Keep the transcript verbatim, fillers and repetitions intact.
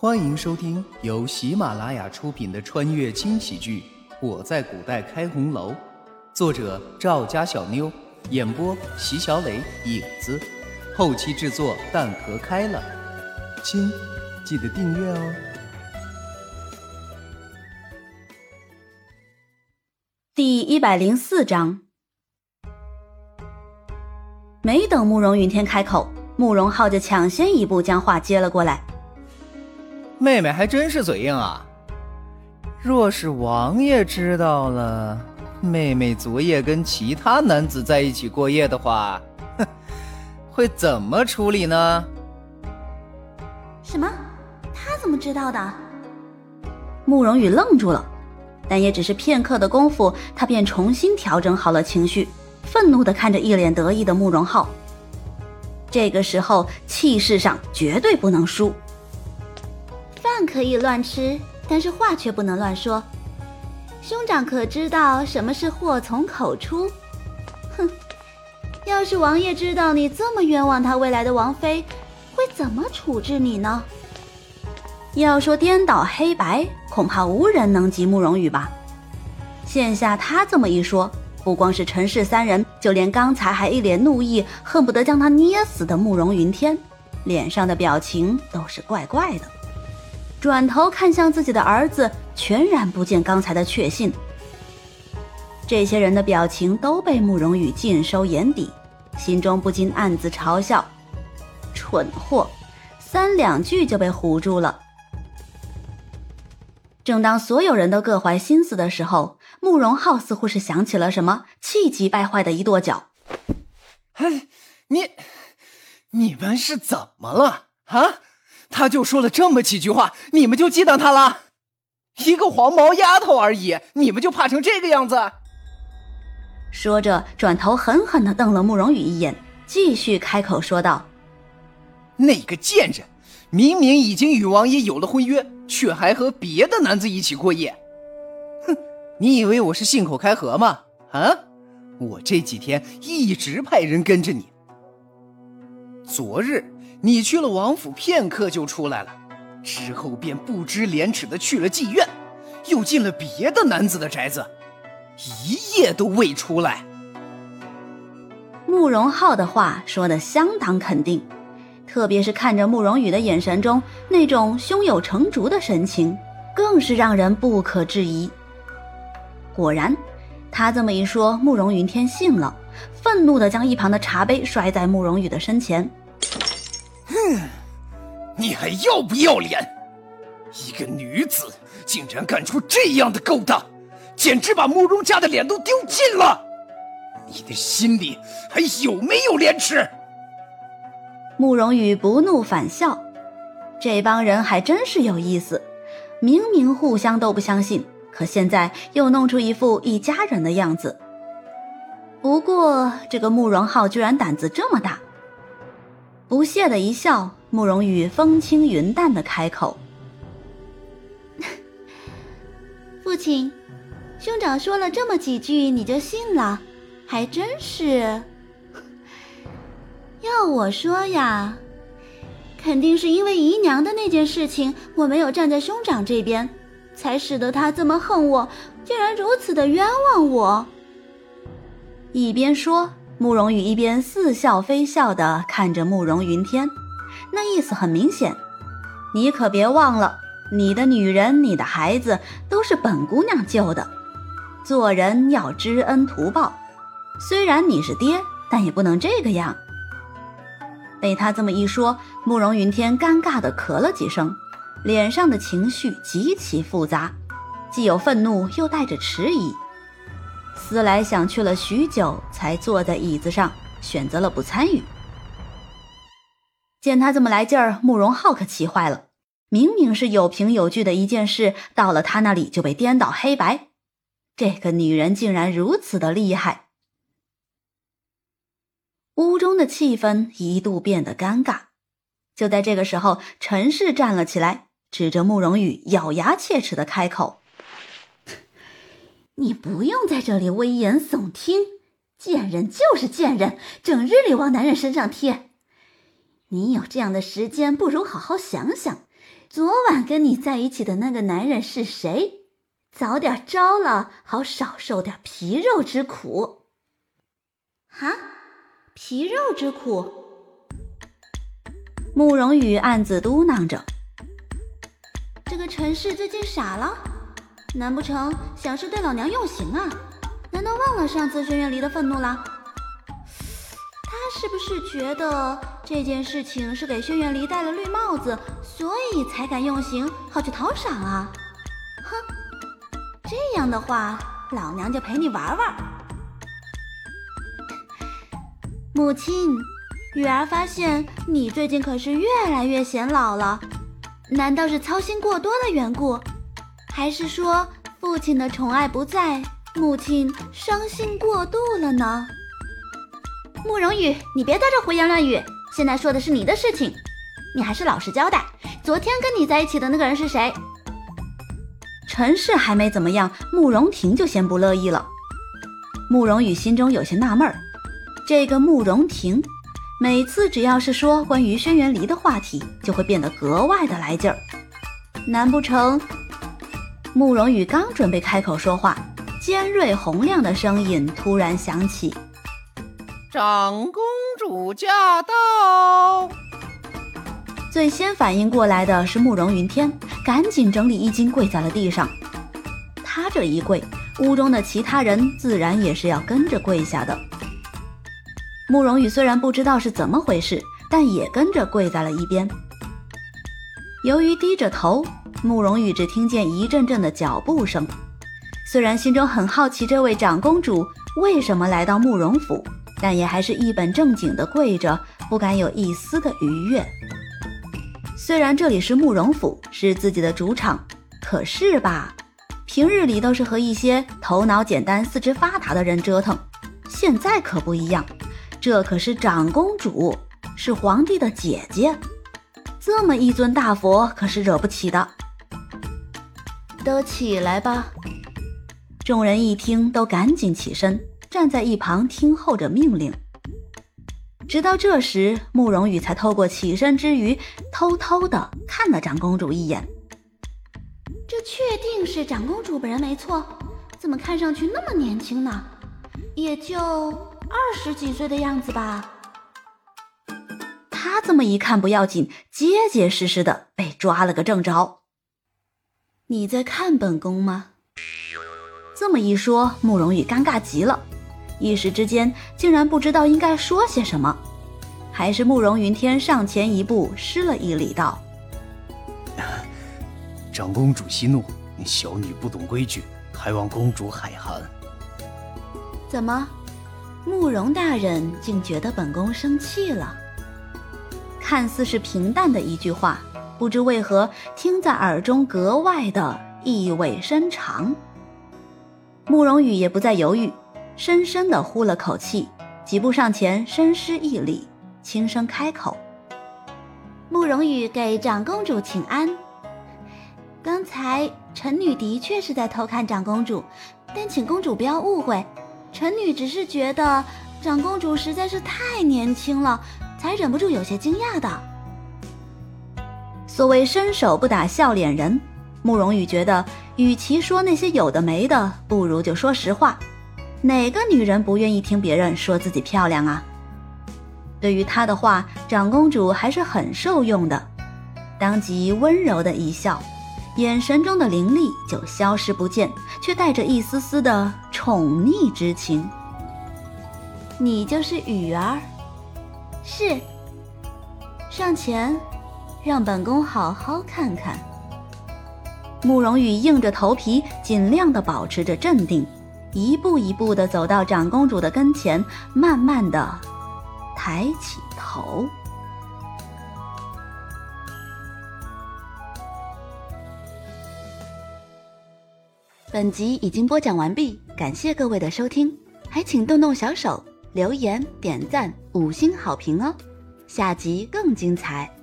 欢迎收听由喜马拉雅出品的穿越轻喜剧《我在古代开红楼》，作者赵家小妞，演播席小磊、影子，后期制作蛋壳开了。亲，记得订阅哦。 第一百零四章。没等慕容云天开口，慕容浩就抢先一步将话接了过来。 妹妹还真是嘴硬啊，若是王爷知道了妹妹昨夜跟其他男子在一起过夜的话，哼，会怎么处理呢？ 什么？他怎么知道的？慕容羽愣住了，但也只是片刻的功夫，他便重新调整好了情绪，愤怒地看着一脸得意的慕容浩。这个时候气势上绝对不能输。 饭可以乱吃，但是话却不能乱说。兄长可知道什么是祸从口出？哼，要是王爷知道你这么冤枉他未来的王妃，会怎么处置你呢？ 要说颠倒黑白，恐怕无人能及慕容羽吧。现下他这么一说，不光是陈氏三人，就连刚才还一脸怒意恨不得将他捏死的慕容云天，脸上的表情都是怪怪的。转头看向自己的儿子，全然不见刚才的确信。这些人的表情都被慕容羽尽收眼底，心中不禁暗自嘲笑，蠢货，三两句就被唬住了。正当所有人都各怀心思的时候，慕容浩似乎是想起了什么，气急败坏的一跺脚。 哎，你你们是怎么了啊？他就说了这么几句话，你们就忌惮他了？一个黄毛丫头而已，你们就怕成这个样子？ 说着转头狠狠地瞪了慕容羽一眼，继续开口说道： 那个贱人明明已经与王爷有了婚约，却还和别的男子一起过夜。哼，你以为我是信口开河吗？啊，我这几天一直派人跟着你。昨日你去了王府片刻就出来了，之后便不知廉耻的去了妓院，又进了别的男子的宅子，一夜都未出来。 慕容浩的话说得相当肯定，特别是看着慕容羽的眼神中那种胸有成竹的神情，更是让人不可置疑。果然，他这么一说，慕容云天信了，愤怒地将一旁的茶杯摔在慕容羽的身前。 哼，你还要不要脸？一个女子竟然干出这样的勾当，简直把慕容家的脸都丢尽了！你的心里还有没有廉耻？ 慕容羽不怒反笑，这帮人还真是有意思，明明互相都不相信，可现在又弄出一副一家人的样子。不过这个慕容浩居然胆子这么大。不屑的一笑，慕容羽风轻云淡的开口： 父亲，兄长说了这么几句你就信了，还真是。要我说呀，肯定是因为姨娘的那件事情我没有站在兄长这边，才使得他这么恨我，竟然如此的冤枉我。 一边说，慕容羽一边似笑非笑地看着慕容云天，那意思很明显，你可别忘了，你的女人你的孩子都是本姑娘救的，做人要知恩图报，虽然你是爹，但也不能这个样。被他这么一说，慕容云天尴尬地咳了几声，脸上的情绪极其复杂，既有愤怒又带着迟疑，思来想去了许久，才坐在椅子上选择了不参与。见他这么来劲儿，慕容浩可气坏了，明明是有凭有据的一件事，到了他那里就被颠倒黑白，这个女人竟然如此的厉害。屋中的气氛一度变得尴尬，就在这个时候，陈氏站了起来，指着慕容羽咬牙切齿的开口： 你不用在这里危言耸听，贱人就是贱人，整日里往男人身上贴。你有这样的时间，不如好好想想， 昨晚跟你在一起的那个男人是谁？早点招了，好少受点皮肉之苦。哈？皮肉之苦？ 慕容羽暗自嘟囔着， 这个陈氏最近傻了？难不成想是对老娘用刑啊？难道忘了上次轩辕离的愤怒了？他是不是觉得这件事情是给轩辕离戴了绿帽子，所以才敢用刑，好去讨赏啊？哼，这样的话，老娘就陪你玩玩。母亲，雨儿发现你最近可是越来越显老了，难道是操心过多的缘故，还是说父亲的宠爱不在，母亲伤心过度了呢？慕容羽，你别在这胡言乱语，现在说的是你的事情，你还是老实交代，昨天跟你在一起的那个人是谁？ 陈氏还没怎么样，慕容婷就先不乐意了。慕容羽心中有些纳闷儿，这个慕容婷每次只要是说关于轩辕离的话题，就会变得格外的来劲儿。难不成……慕容羽刚准备开口说话，尖锐洪亮的声音突然响起：“ 长公主驾到！” 最先反应过来的是慕容云天，赶紧整理衣襟跪在了地上。他这一跪，屋中的其他人自然也是要跟着跪下的。慕容羽虽然不知道是怎么回事，但也跟着跪在了一边。由于低着头，慕容羽只听见一阵阵的脚步声。虽然心中很好奇这位长公主为什么来到慕容府，但也还是一本正经的跪着，不敢有一丝的愉悦。虽然这里是慕容府，是自己的主场，可是吧，平日里都是和一些头脑简单四肢发达的人折腾，现在可不一样，这可是长公主，是皇帝的姐姐，这么一尊大佛可是惹不起的。都起来吧。众人一听都赶紧起身，站在一旁听候着命令。直到这时，慕容羽才透过起身之余，偷偷地看了长公主一眼。 这确定是长公主本人没错，怎么看上去那么年轻呢？也就二十几岁的样子吧。 他这么一看不要紧，结结实实的被抓了个正着。你在看本宫吗？这么一说，慕容羽尴尬极了，一时之间竟然不知道应该说些什么。还是慕容云天上前一步，施了一礼道：“ 长公主息怒，小女不懂规矩，还望公主海涵。” 怎么，慕容大人竟觉得本宫生气了？看似是平淡的一句话，不知为何听在耳中格外的意味深长。慕容羽也不再犹豫，深深地呼了口气，几步上前深施一礼，轻声开口：“ 慕容羽给长公主请安。刚才臣女的确是在偷看长公主，但请公主不要误会，臣女只是觉得长公主实在是太年轻了，才忍不住有些惊讶的。” 所谓伸手不打笑脸人，慕容羽觉得与其说那些有的没的，不如就说实话。哪个女人不愿意听别人说自己漂亮啊？对于他的话，长公主还是很受用的，当即温柔的一笑，眼神中的凌厉就消失不见，却带着一丝丝的宠溺之情。你就是雨儿？ 是。 上前，让本宫好好看看。慕容羽硬着头皮，尽量的保持着镇定，一步一步的走到长公主的跟前，慢慢的抬起头。本集已经播讲完毕，感谢各位的收听，还请动动小手留言、点赞、五星好评哦，下集更精彩。